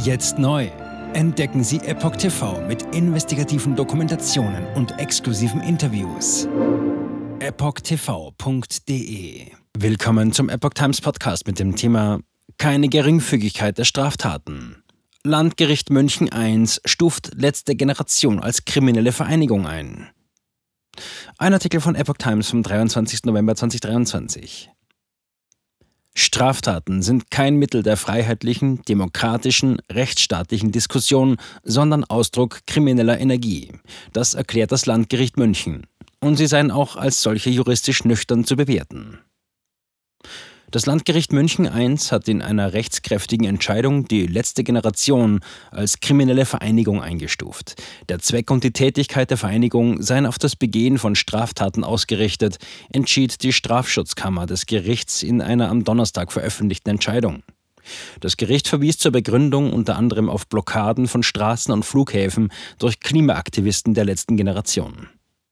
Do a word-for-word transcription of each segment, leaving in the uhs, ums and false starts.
Jetzt neu. Entdecken Sie Epoch T V mit investigativen Dokumentationen und exklusiven Interviews. epoch t v punkt d e. Willkommen zum Epoch Times Podcast mit dem Thema Keine Geringfügigkeit der Straftaten. Landgericht München eins stuft letzte Generation als kriminelle Vereinigung ein. Ein Artikel von Epoch Times vom dreiundzwanzigsten November zweitausenddreiundzwanzig. Straftaten sind kein Mittel der freiheitlichen, demokratischen, rechtsstaatlichen Diskussion, sondern Ausdruck krimineller Energie. Das erklärt das Landgericht München. Und sie seien auch als solche juristisch nüchtern zu bewerten. Das Landgericht München eins hat in einer rechtskräftigen Entscheidung die letzte Generation als kriminelle Vereinigung eingestuft. Der Zweck und die Tätigkeit der Vereinigung seien auf das Begehen von Straftaten ausgerichtet, entschied die Strafschutzkammer des Gerichts in einer am Donnerstag veröffentlichten Entscheidung. Das Gericht verwies zur Begründung unter anderem auf Blockaden von Straßen und Flughäfen durch Klimaaktivisten der letzten Generation.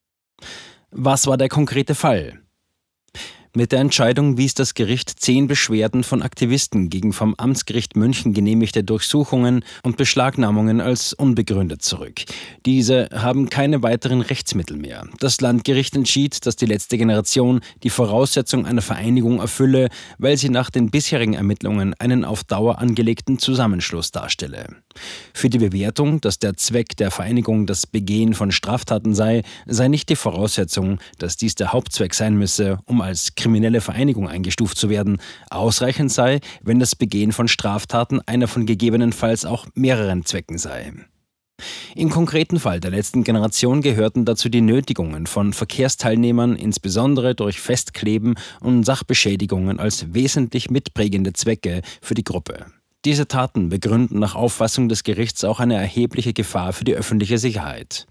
Was war der konkrete Fall? Mit der Entscheidung wies das Gericht zehn Beschwerden von Aktivisten gegen vom Amtsgericht München genehmigte Durchsuchungen und Beschlagnahmungen als unbegründet zurück. Diese haben keine weiteren Rechtsmittel mehr. Das Landgericht entschied, dass die letzte Generation die Voraussetzung einer Vereinigung erfülle, weil sie nach den bisherigen Ermittlungen einen auf Dauer angelegten Zusammenschluss darstelle. Für die Bewertung, dass der Zweck der Vereinigung das Begehen von Straftaten sei, sei nicht die Voraussetzung, dass dies der Hauptzweck sein müsse, um als kriminelle Vereinigung eingestuft zu werden. Ausreichend sei, wenn das Begehen von Straftaten einer von gegebenenfalls auch mehreren Zwecken sei. Im konkreten Fall der letzten Generation gehörten dazu die Nötigungen von Verkehrsteilnehmern, insbesondere durch Festkleben und Sachbeschädigungen als wesentlich mitprägende Zwecke für die Gruppe. Diese Taten begründen nach Auffassung des Gerichts auch eine erhebliche Gefahr für die öffentliche Sicherheit.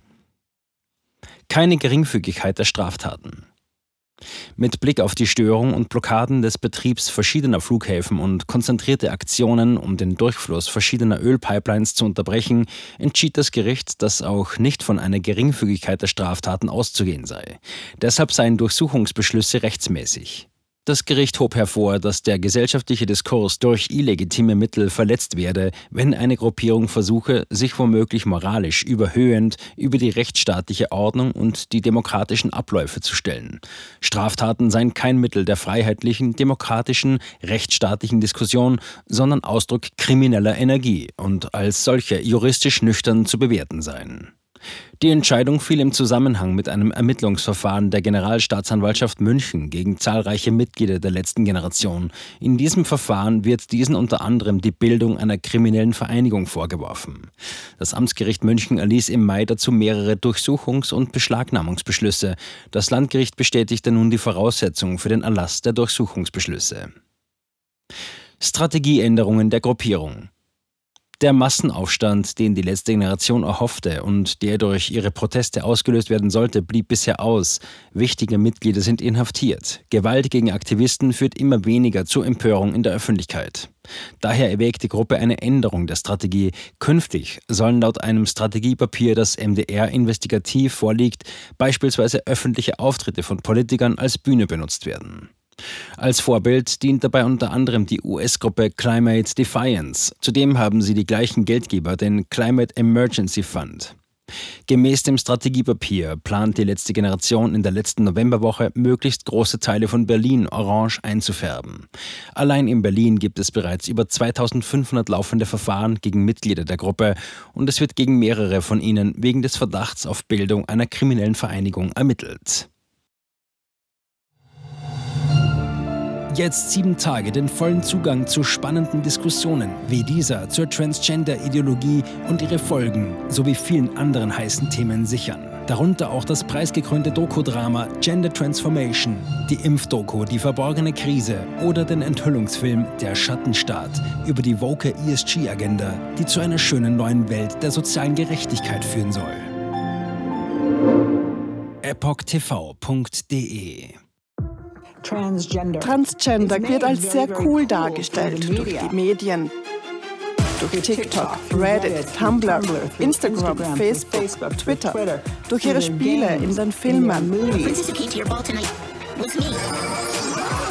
Keine Geringfügigkeit der Straftaten. Mit Blick auf die Störung und Blockaden des Betriebs verschiedener Flughäfen und konzentrierte Aktionen, um den Durchfluss verschiedener Ölpipelines zu unterbrechen, entschied das Gericht, dass auch nicht von einer Geringfügigkeit der Straftaten auszugehen sei. Deshalb seien Durchsuchungsbeschlüsse rechtsmäßig. Das Gericht hob hervor, dass der gesellschaftliche Diskurs durch illegitime Mittel verletzt werde, wenn eine Gruppierung versuche, sich womöglich moralisch überhöhend über die rechtsstaatliche Ordnung und die demokratischen Abläufe zu stellen. Straftaten seien kein Mittel der freiheitlichen, demokratischen, rechtsstaatlichen Diskussion, sondern Ausdruck krimineller Energie und als solche juristisch nüchtern zu bewerten seien. Die Entscheidung fiel im Zusammenhang mit einem Ermittlungsverfahren der Generalstaatsanwaltschaft München gegen zahlreiche Mitglieder der letzten Generation. In diesem Verfahren wird diesen unter anderem die Bildung einer kriminellen Vereinigung vorgeworfen. Das Amtsgericht München erließ im Mai dazu mehrere Durchsuchungs- und Beschlagnahmungsbeschlüsse. Das Landgericht bestätigte nun die Voraussetzungen für den Erlass der Durchsuchungsbeschlüsse. Strategieänderungen der Gruppierung. Der Massenaufstand, den die letzte Generation erhoffte und der durch ihre Proteste ausgelöst werden sollte, blieb bisher aus. Wichtige Mitglieder sind inhaftiert. Gewalt gegen Aktivisten führt immer weniger zu Empörung in der Öffentlichkeit. Daher erwägt die Gruppe eine Änderung der Strategie. Künftig sollen laut einem Strategiepapier, das M D R investigativ vorliegt, beispielsweise öffentliche Auftritte von Politikern als Bühne benutzt werden. Als Vorbild dient dabei unter anderem die U S-Gruppe Climate Defiance. Zudem haben sie die gleichen Geldgeber, den Climate Emergency Fund. Gemäß dem Strategiepapier plant die letzte Generation in der letzten Novemberwoche, möglichst große Teile von Berlin orange einzufärben. Allein in Berlin gibt es bereits über zweitausendfünfhundert laufende Verfahren gegen Mitglieder der Gruppe und es wird gegen mehrere von ihnen wegen des Verdachts auf Bildung einer kriminellen Vereinigung ermittelt. Jetzt sieben Tage den vollen Zugang zu spannenden Diskussionen wie dieser zur Transgender-Ideologie und ihre Folgen sowie vielen anderen heißen Themen sichern. Darunter auch das preisgekrönte Doku-Drama Gender Transformation, die Impfdoku Die verborgene Krise oder den Enthüllungsfilm Der Schattenstaat über die woke E S G-Agenda, die zu einer schönen neuen Welt der sozialen Gerechtigkeit führen soll. epoch t v punkt d e. Transgender wird als sehr cool dargestellt durch die Medien, durch TikTok, Reddit, Tumblr, Instagram, Facebook, Twitter, durch ihre Spiele in den Filmen.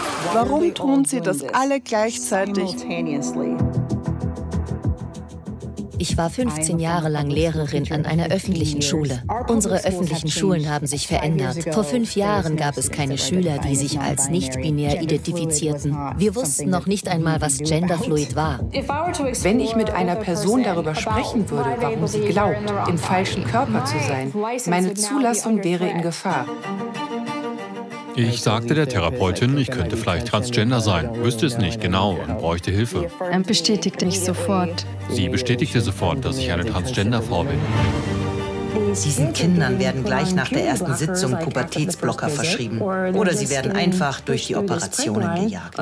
Warum tun sie das alle gleichzeitig? Ich war fünfzehn Jahre lang Lehrerin an einer öffentlichen Schule. Unsere öffentlichen Schulen haben sich verändert. Vor fünf Jahren gab es keine Schüler, die sich als nicht-binär identifizierten. Wir wussten noch nicht einmal, was genderfluid war. Wenn ich mit einer Person darüber sprechen würde, warum sie glaubt, im falschen Körper zu sein, meine Zulassung wäre in Gefahr. Ich sagte der Therapeutin, ich könnte vielleicht transgender sein, wüsste es nicht genau und bräuchte Hilfe. Er bestätigte mich sofort. Sie bestätigte sofort, dass ich eine Transgender-Frau bin. Diesen Kindern werden gleich nach der ersten Sitzung Pubertätsblocker verschrieben. Oder sie werden einfach durch die Operationen gejagt.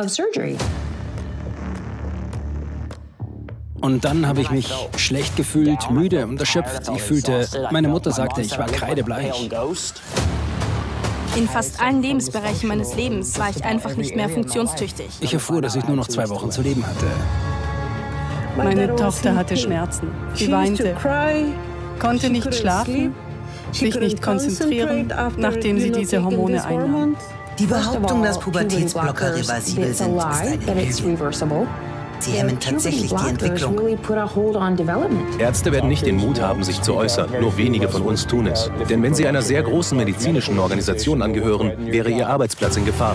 Und dann habe ich mich schlecht gefühlt, müde und erschöpft. Ich fühlte, meine Mutter sagte, ich war kreidebleich. In fast allen Lebensbereichen meines Lebens war ich einfach nicht mehr funktionstüchtig. Ich erfuhr, dass ich nur noch zwei Wochen zu leben hatte. Meine Tochter hatte Schmerzen. Sie weinte, konnte nicht schlafen, sich nicht konzentrieren, nachdem sie diese Hormone einnahm. Die Behauptung, dass Pubertätsblocker reversibel sind, ist eine Lüge. Sie hemmen tatsächlich die Entwicklung. Ärzte werden nicht den Mut haben, sich zu äußern. Nur wenige von uns tun es. Denn wenn sie einer sehr großen medizinischen Organisation angehören, wäre ihr Arbeitsplatz in Gefahr.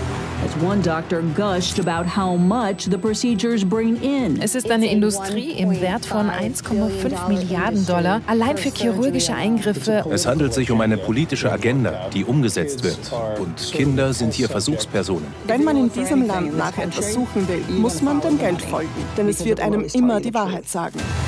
Es ist eine Industrie im Wert von eins Komma fünf Milliarden Dollar, allein für chirurgische Eingriffe. Es handelt sich um eine politische Agenda, die umgesetzt wird. Und Kinder sind hier Versuchspersonen. Wenn man in diesem Land nach etwas suchen will, muss man dem Geld folgen. Denn es wird einem immer die Wahrheit sagen.